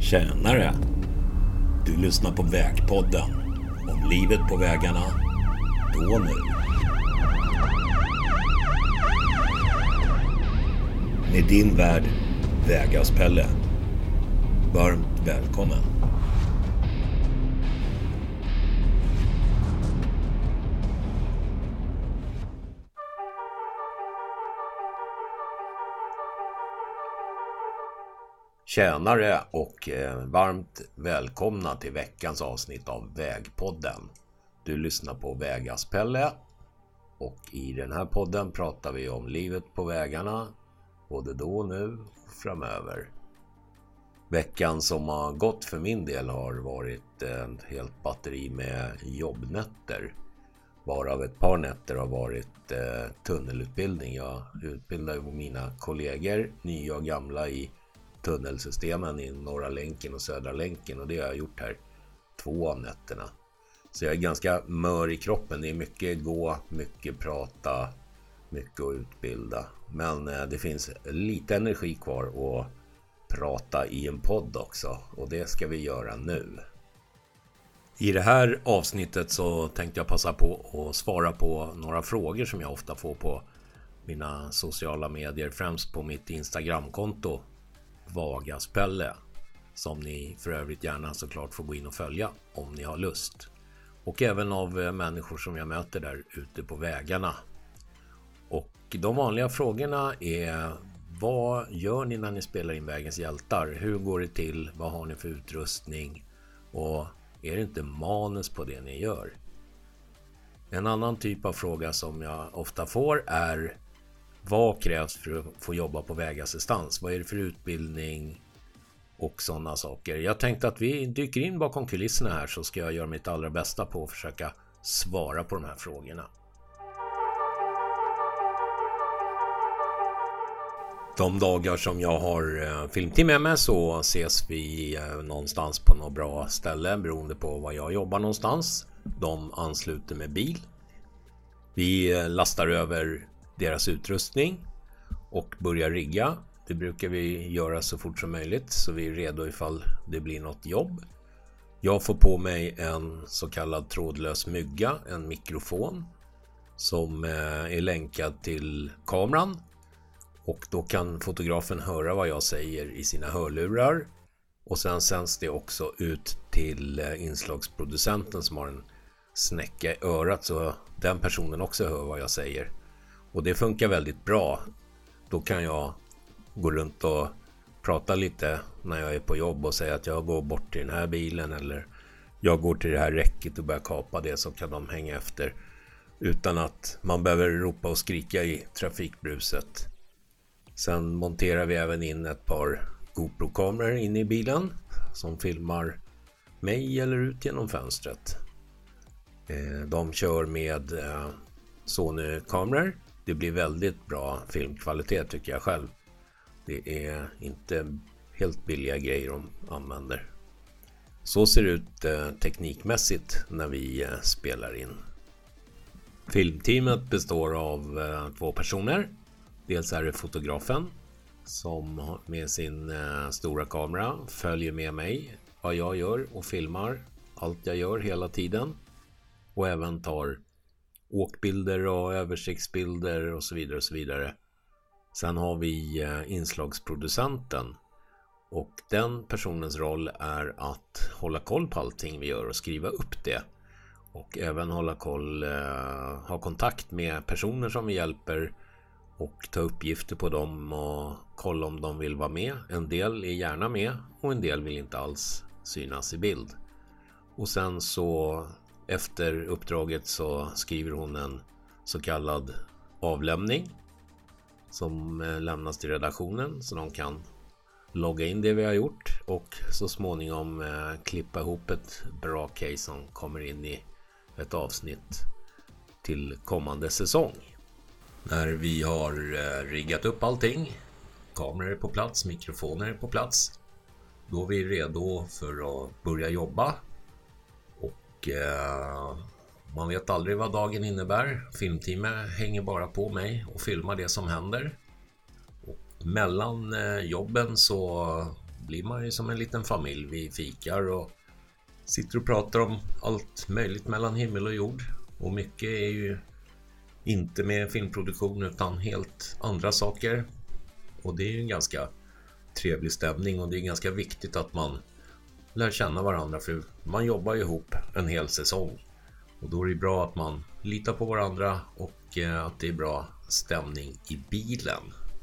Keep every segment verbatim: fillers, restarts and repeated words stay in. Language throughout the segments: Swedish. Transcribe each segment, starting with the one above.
Tjänare! Du lyssnar på Vägpodden. Om livet på vägarna, då nu. Med din värd, Vägas Pelle. Varmt välkommen. Tjänare och eh, varmt välkomna till veckans avsnitt av Vägpodden. Du lyssnar på Vägas Pelle och i den här podden pratar vi om livet på vägarna, både då och nu och framöver. Veckan som har gått för min del har varit ett helt batteri med jobbnätter. Varav ett par nätter har varit eh, tunnelutbildning. Jag utbildar ju mina kollegor, nya och gamla, i tunnelsystemen i Norra länken och Södra länken, och det har jag gjort här två av nätterna. Så jag är ganska mör i kroppen. Det är mycket gå, mycket prata, mycket att utbilda. Men eh, det finns lite energi kvar att prata i en podd också, och det ska vi göra nu. I det här avsnittet så tänkte jag passa på att svara på några frågor som jag ofta får på mina sociala medier, främst på mitt Instagramkonto Vägas Pelle, som ni för övrigt gärna såklart får gå in och följa om ni har lust. Och även av människor som jag möter där ute på vägarna. Och de vanliga frågorna är: vad gör ni när ni spelar in Vägens hjältar? Hur går det till? Vad har ni för utrustning? Och är det inte manus på det ni gör? En annan typ av fråga som jag ofta får är: vad krävs för att få jobba på vägassistans? Vad är det för utbildning? Och sådana saker. Jag tänkte att vi dyker in bakom kulisserna här, så ska jag göra mitt allra bästa på att försöka svara på de här frågorna. De dagar som jag har filmteam med mig så ses vi någonstans på något bra ställe beroende på var jag jobbar någonstans. De ansluter med bil. Vi lastar över deras utrustning och börjar rigga. Det brukar vi göra så fort som möjligt, så vi är redo ifall det blir något jobb. Jag får på mig en så kallad trådlös mygga, en mikrofon som är länkad till kameran, och då kan fotografen höra vad jag säger i sina hörlurar, och sen sänds det också ut till inslagsproducenten som har en snäcka i örat, så den personen också hör vad jag säger. Och det funkar väldigt bra. Då kan jag gå runt och prata lite när jag är på jobb och säga att jag går bort till den här bilen, eller jag går till det här räcket och börjar kapa det, så kan de hänga efter utan att man behöver ropa och skrika i trafikbruset. Sen monterar vi även in ett par GoPro-kameror inne i bilen som filmar mig eller ut genom fönstret. De kör med Sony-kameror. Det blir väldigt bra filmkvalitet tycker jag själv. Det är inte helt billiga grejer de använder. Så ser det ut eh, teknikmässigt när vi eh, spelar in. Filmteamet består av eh, två personer. Dels är det fotografen som med sin eh, stora kamera följer med mig vad jag gör och filmar allt jag gör hela tiden. Och även tar åkbilder och översiktsbilder och så vidare och så vidare. Sen har vi eh, inslagsproducenten, och den personens roll är att hålla koll på allting vi gör och skriva upp det. Och även hålla koll, eh, ha kontakt med personer som vi hjälper och ta uppgifter på dem och kolla om de vill vara med. En del är gärna med och en del vill inte alls synas i bild. Och sen så efter uppdraget så skriver hon en så kallad avlämning som lämnas till redaktionen, så de kan logga in det vi har gjort och så småningom eh, klippa ihop ett bra case som kommer in i ett avsnitt till kommande säsong. När vi har eh, riggat upp allting, kameror är på plats, mikrofoner är på plats, då är vi redo för att börja jobba. Och eh, man vet aldrig vad dagen innebär. Filmteamet hänger bara på mig och filmar det som händer. Och mellan eh, jobben så blir man ju som en liten familj. Vi fikar och sitter och pratar om allt möjligt mellan himmel och jord. Och mycket är ju inte med filmproduktion utan helt andra saker. Och det är ju en ganska trevlig stämning och det är ganska viktigt att man lär känna varandra, för man jobbar ju ihop en hel säsong. Och då är det bra att man litar på varandra och eh, att det är bra stämning i bilen.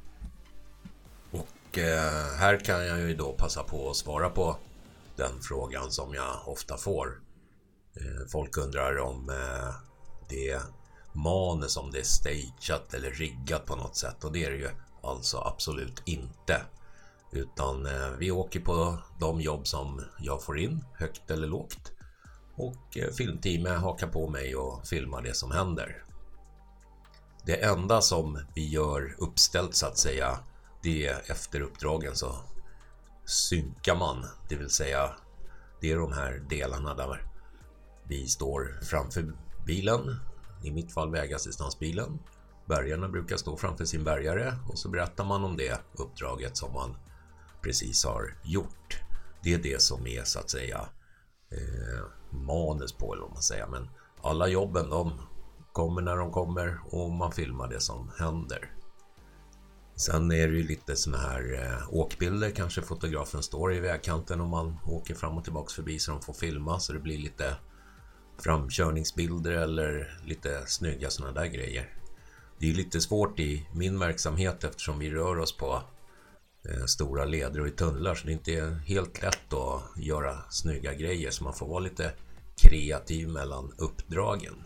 Och eh, här kan jag ju då passa på att svara på den frågan som jag ofta får. Eh, folk undrar om eh, det är manus, om det är stageat eller riggat på något sätt. Och det är det ju alltså absolut inte. Utan eh, vi åker på de jobb som jag får in, högt eller lågt. Och eh, filmteamet hakar på mig och filmar det som händer. Det enda som vi gör uppställt så att säga, det är efter uppdragen så synkar man. Det vill säga, det är de här delarna där vi står framför bilen. I mitt fall vägassistansbilen. Bärgarna brukar stå framför sin bärgare och så berättar man om det uppdraget som man precis har gjort. Det är det som är så att säga eh, manus på, eller vad man säger. Men alla jobben, de kommer när de kommer och man filmar det som händer. Sen är det ju lite såna här eh, åkbilder. Kanske fotografen står i vägkanten och man åker fram och tillbaka förbi så de får filma. Så det blir lite framkörningsbilder eller lite snygga såna där grejer. Det är lite svårt i min verksamhet eftersom vi rör oss på eh, stora leder och i tunnlar. Så det inte är helt lätt att göra snygga grejer. Så man får vara lite kreativ mellan uppdragen.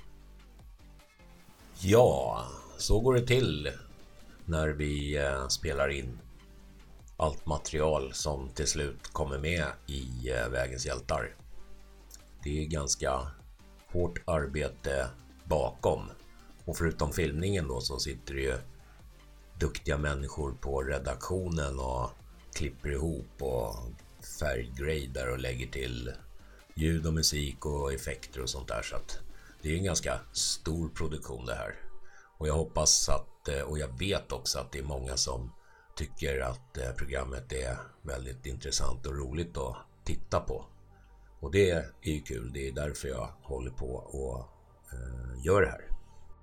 Ja, så går det till när vi eh, spelar in allt material som till slut kommer med i eh, Vägens hjältar. Det är ganska hårt arbete bakom. Och förutom filmningen då så sitter det ju duktiga människor på redaktionen och klipper ihop och färggradar och lägger till ljud och musik och effekter och sånt där. Så att det är en ganska stor produktion det här. Och jag hoppas att, och jag vet också att det är många som tycker att programmet är väldigt intressant och roligt att titta på. Och det är ju kul, det är därför jag håller på och eh, gör det här.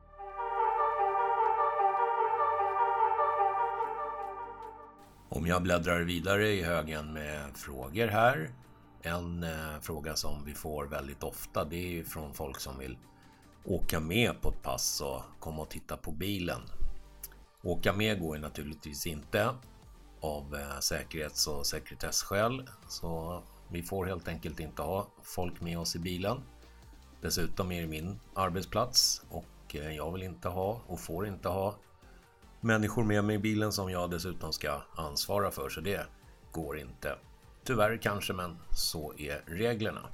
Om jag bläddrar vidare i högen med frågor här. En eh, fråga som vi får väldigt ofta, det är ju från folk som vill åka med på ett pass och komma och titta på bilen. Åka med går ju naturligtvis inte av eh, säkerhets- och sekretessskäl. Så vi får helt enkelt inte ha folk med oss i bilen. Dessutom är det min arbetsplats och eh, jag vill inte ha och får inte ha människor med mig i bilen som jag dessutom ska ansvara för. Så det går inte. Tyvärr kanske, men så är reglerna.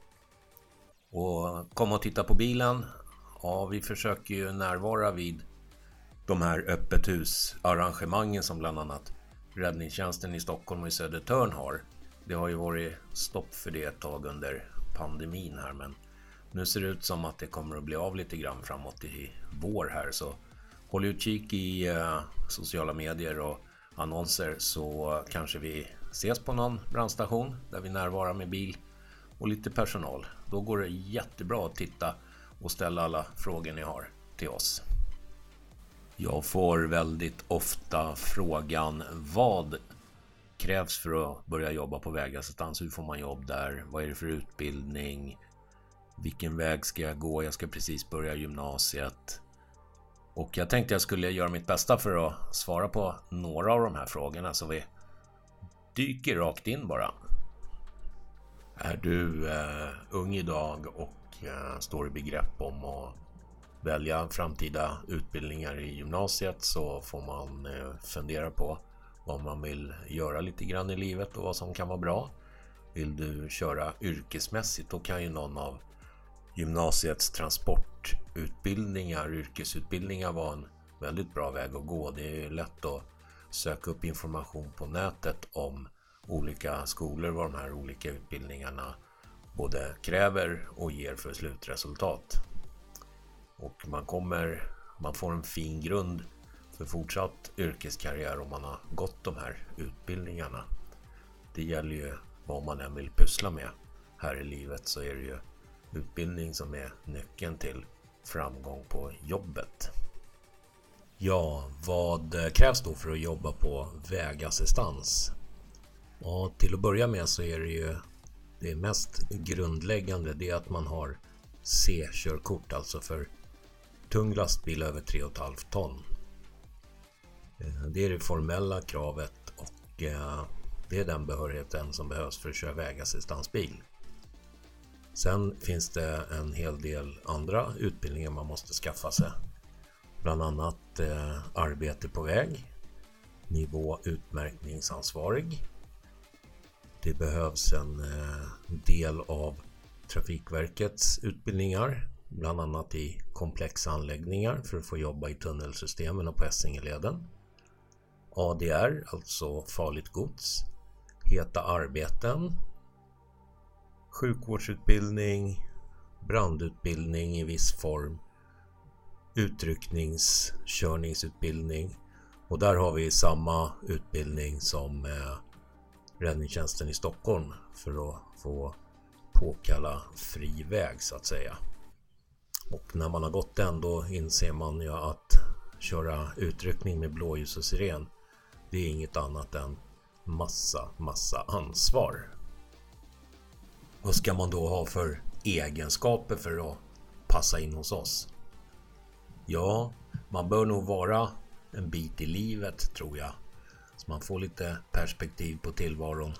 Och komma och titta på bilen. Ja, vi försöker ju närvara vid de här öppet hus-arrangemangen som bland annat Räddningstjänsten i Stockholm och i Södertörn har. Det har ju varit stopp för det ett tag under pandemin här, men nu ser det ut som att det kommer att bli av lite grann framåt i vår här. Så håll utkik i eh, sociala medier och annonser så kanske vi ses på någon brandstation där vi närvarar med bil och lite personal. Då går det jättebra att titta och ställa alla frågor ni har till oss. Jag får väldigt ofta frågan: vad krävs för att börja jobba på vägassistans? Hur får man jobb där? Vad är det för utbildning? Vilken väg ska jag gå? Jag ska precis börja gymnasiet. Och jag tänkte jag skulle göra mitt bästa för att svara på några av de här frågorna, så vi dyker rakt in bara. Är du eh, ung idag och eh, står i begrepp om att välja framtida utbildningar i gymnasiet, så får man eh, fundera på vad man vill göra lite grann i livet och vad som kan vara bra. Vill du köra yrkesmässigt, då kan ju någon av gymnasiets transportutbildningar, yrkesutbildningar vara en väldigt bra väg att gå. Det är lätt att söka upp information på nätet om olika skolor, vad de här olika utbildningarna både kräver och ger för slutresultat. Och man kommer, man får en fin grund för fortsatt yrkeskarriär om man har gått de här utbildningarna. det gäller ju vad man än vill pyssla med här i livet, så är det ju utbildning som är nyckeln till framgång på jobbet. Ja, vad krävs då för att jobba på vägassistans? Ja, till att börja med så är det ju det mest grundläggande, det är att man har C-körkort, alltså för tung lastbil över tre komma fem ton. Det är det formella kravet och det är den behörigheten som behövs för att köra vägassistansbil. Sen finns det en hel del andra utbildningar man måste skaffa sig. Bland annat eh, arbete på väg, nivå utmärkningsansvarig. Det behövs en eh, del av Trafikverkets utbildningar, bland annat i komplexa anläggningar för att få jobba i tunnelsystemen och på Essingeleden. A D R, alltså farligt gods, heta arbeten, sjukvårdsutbildning, brandutbildning i viss form, utryckningskörningsutbildning, och där har vi samma utbildning som eh, räddningstjänsten i Stockholm för att få påkalla fri väg så att säga. Och när man har gått den, då inser man ju att köra utryckning med blåljus och siren, det är inget annat än massa, massa ansvar. Vad ska man då ha för egenskaper för att passa in hos oss? Ja, man bör nog vara en bit i livet, tror jag. Så man får lite perspektiv på tillvaron.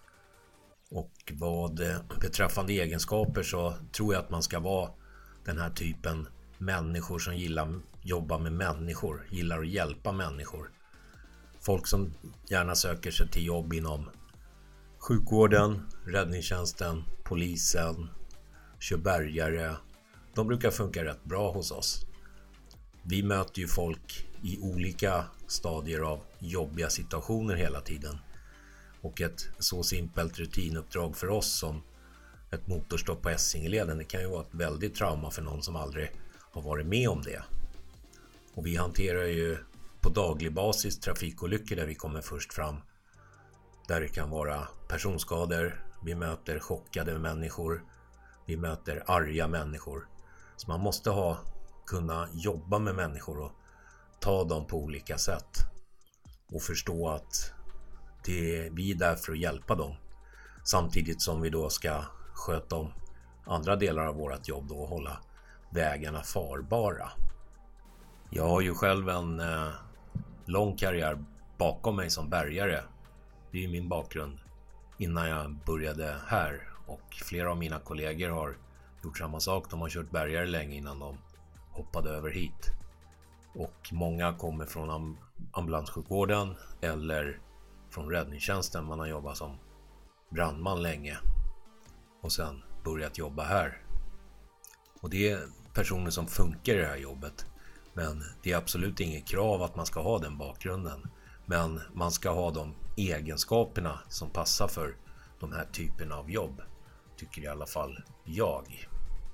Och vad beträffande egenskaper så tror jag att man ska vara den här typen människor som gillar jobba med människor, gillar att hjälpa människor. Folk som gärna söker sig till jobb inom sjukvården, räddningstjänsten, polisen, körbärgare. De brukar funka rätt bra hos oss. Vi möter ju folk i olika stadier av jobbiga situationer hela tiden. Och ett så simpelt rutinuppdrag för oss som ett motorstopp på Essingeleden, det kan ju vara ett väldigt trauma för någon som aldrig har varit med om det. Och vi hanterar ju på daglig basis trafikolyckor där vi kommer först fram. Där det kan vara personskador, vi möter chockade människor, vi möter arga människor. Så man måste ha kunna jobba med människor och ta dem på olika sätt. Och förstå att det, vi är där för att hjälpa dem. Samtidigt som vi då ska sköta om andra delar av vårt jobb då och hålla vägarna farbara. Jag har ju själv en eh, lång karriär bakom mig som bärgare. Det är min bakgrund innan jag började här, och flera av mina kollegor har gjort samma sak. De har kört bärgare länge innan de hoppade över hit. Och många kommer från ambulanssjukvården eller från räddningstjänsten. Man har jobbat som brandman länge och sen börjat jobba här. Och det är personer som funkar i det här jobbet. Men det är absolut inget krav att man ska ha den bakgrunden. Men man ska ha de egenskaperna som passar för de här typerna av jobb. Tycker i alla fall jag.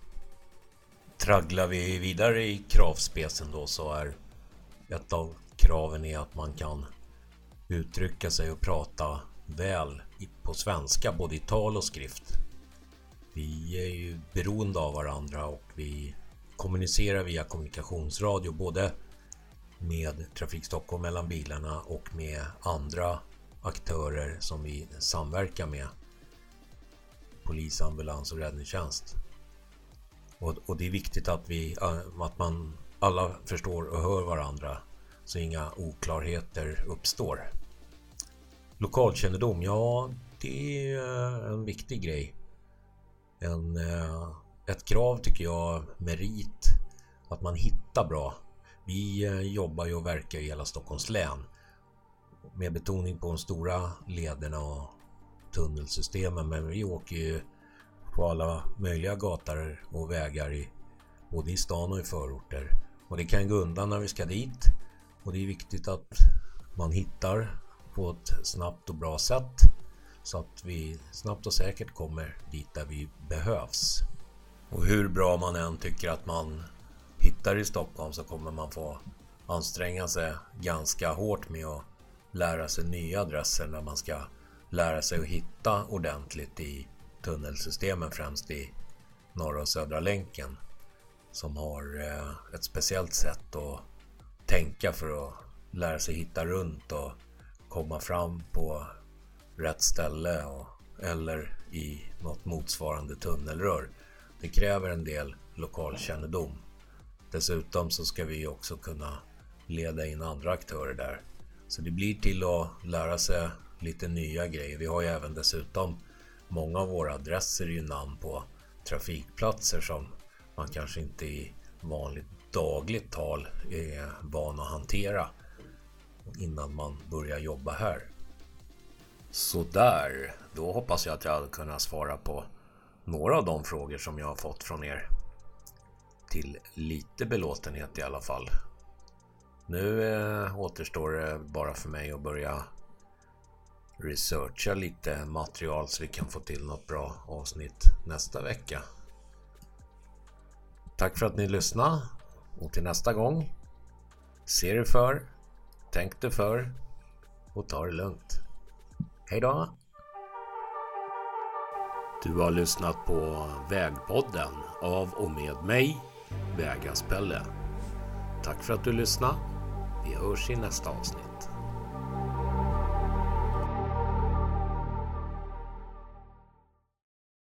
Tragglar vi vidare i kravspecen då, så är ett av kraven är att man kan uttrycka sig och prata väl på svenska, både i tal och skrift. Vi är ju beroende av varandra och vi kommunicerar via kommunikationsradio både med Trafik Stockholm mellan bilarna och med andra aktörer som vi samverkar med. Polis, ambulans och räddningstjänst. Och, och det är viktigt att vi att man alla förstår och hör varandra så inga oklarheter uppstår. Lokalkännedom, ja, det är en viktig grej. En, ett krav tycker jag, merit, att man hittar bra. Vi jobbar ju och verkar i hela Stockholms län med betoning på de stora lederna och tunnelsystemen, men vi åker ju på alla möjliga gator och vägar i, både i stan och i förorter. Och det kan gå undan när vi ska dit, och det är viktigt att man hittar på ett snabbt och bra sätt så att vi snabbt och säkert kommer dit där vi behövs. Och hur bra man än tycker att man hittar i Stockholm, så kommer man få anstränga sig ganska hårt med att lära sig nya adresser när man ska lära sig att hitta ordentligt i tunnelsystemen, främst i norra och södra länken, som har ett speciellt sätt att tänka för att lära sig hitta runt och komma fram på rätt ställe och, eller i något motsvarande tunnelrör. Det kräver en del lokalkännedom. Dessutom så ska vi också kunna leda in andra aktörer där. Så det blir till att lära sig lite nya grejer. Vi har ju även dessutom många av våra adresser är ju namn på trafikplatser som man kanske inte i vanligt dagligt tal är van att hantera innan man börjar jobba här. Så där, då hoppas jag att jag hade kunnat svara på några av de frågor som jag har fått från er. Till lite belåtenhet i alla fall. Nu eh, återstår det bara för mig att börja researcha lite material så vi kan få till något bra avsnitt nästa vecka. Tack för att ni lyssnade, och till nästa gång, se er för, tänk dig för och ta det lugnt. Hej då! Du har lyssnat på Vägpodden av och med mig, Vägas Pelle. Tack för att du lyssnade. Vi hörs i nästa avsnitt.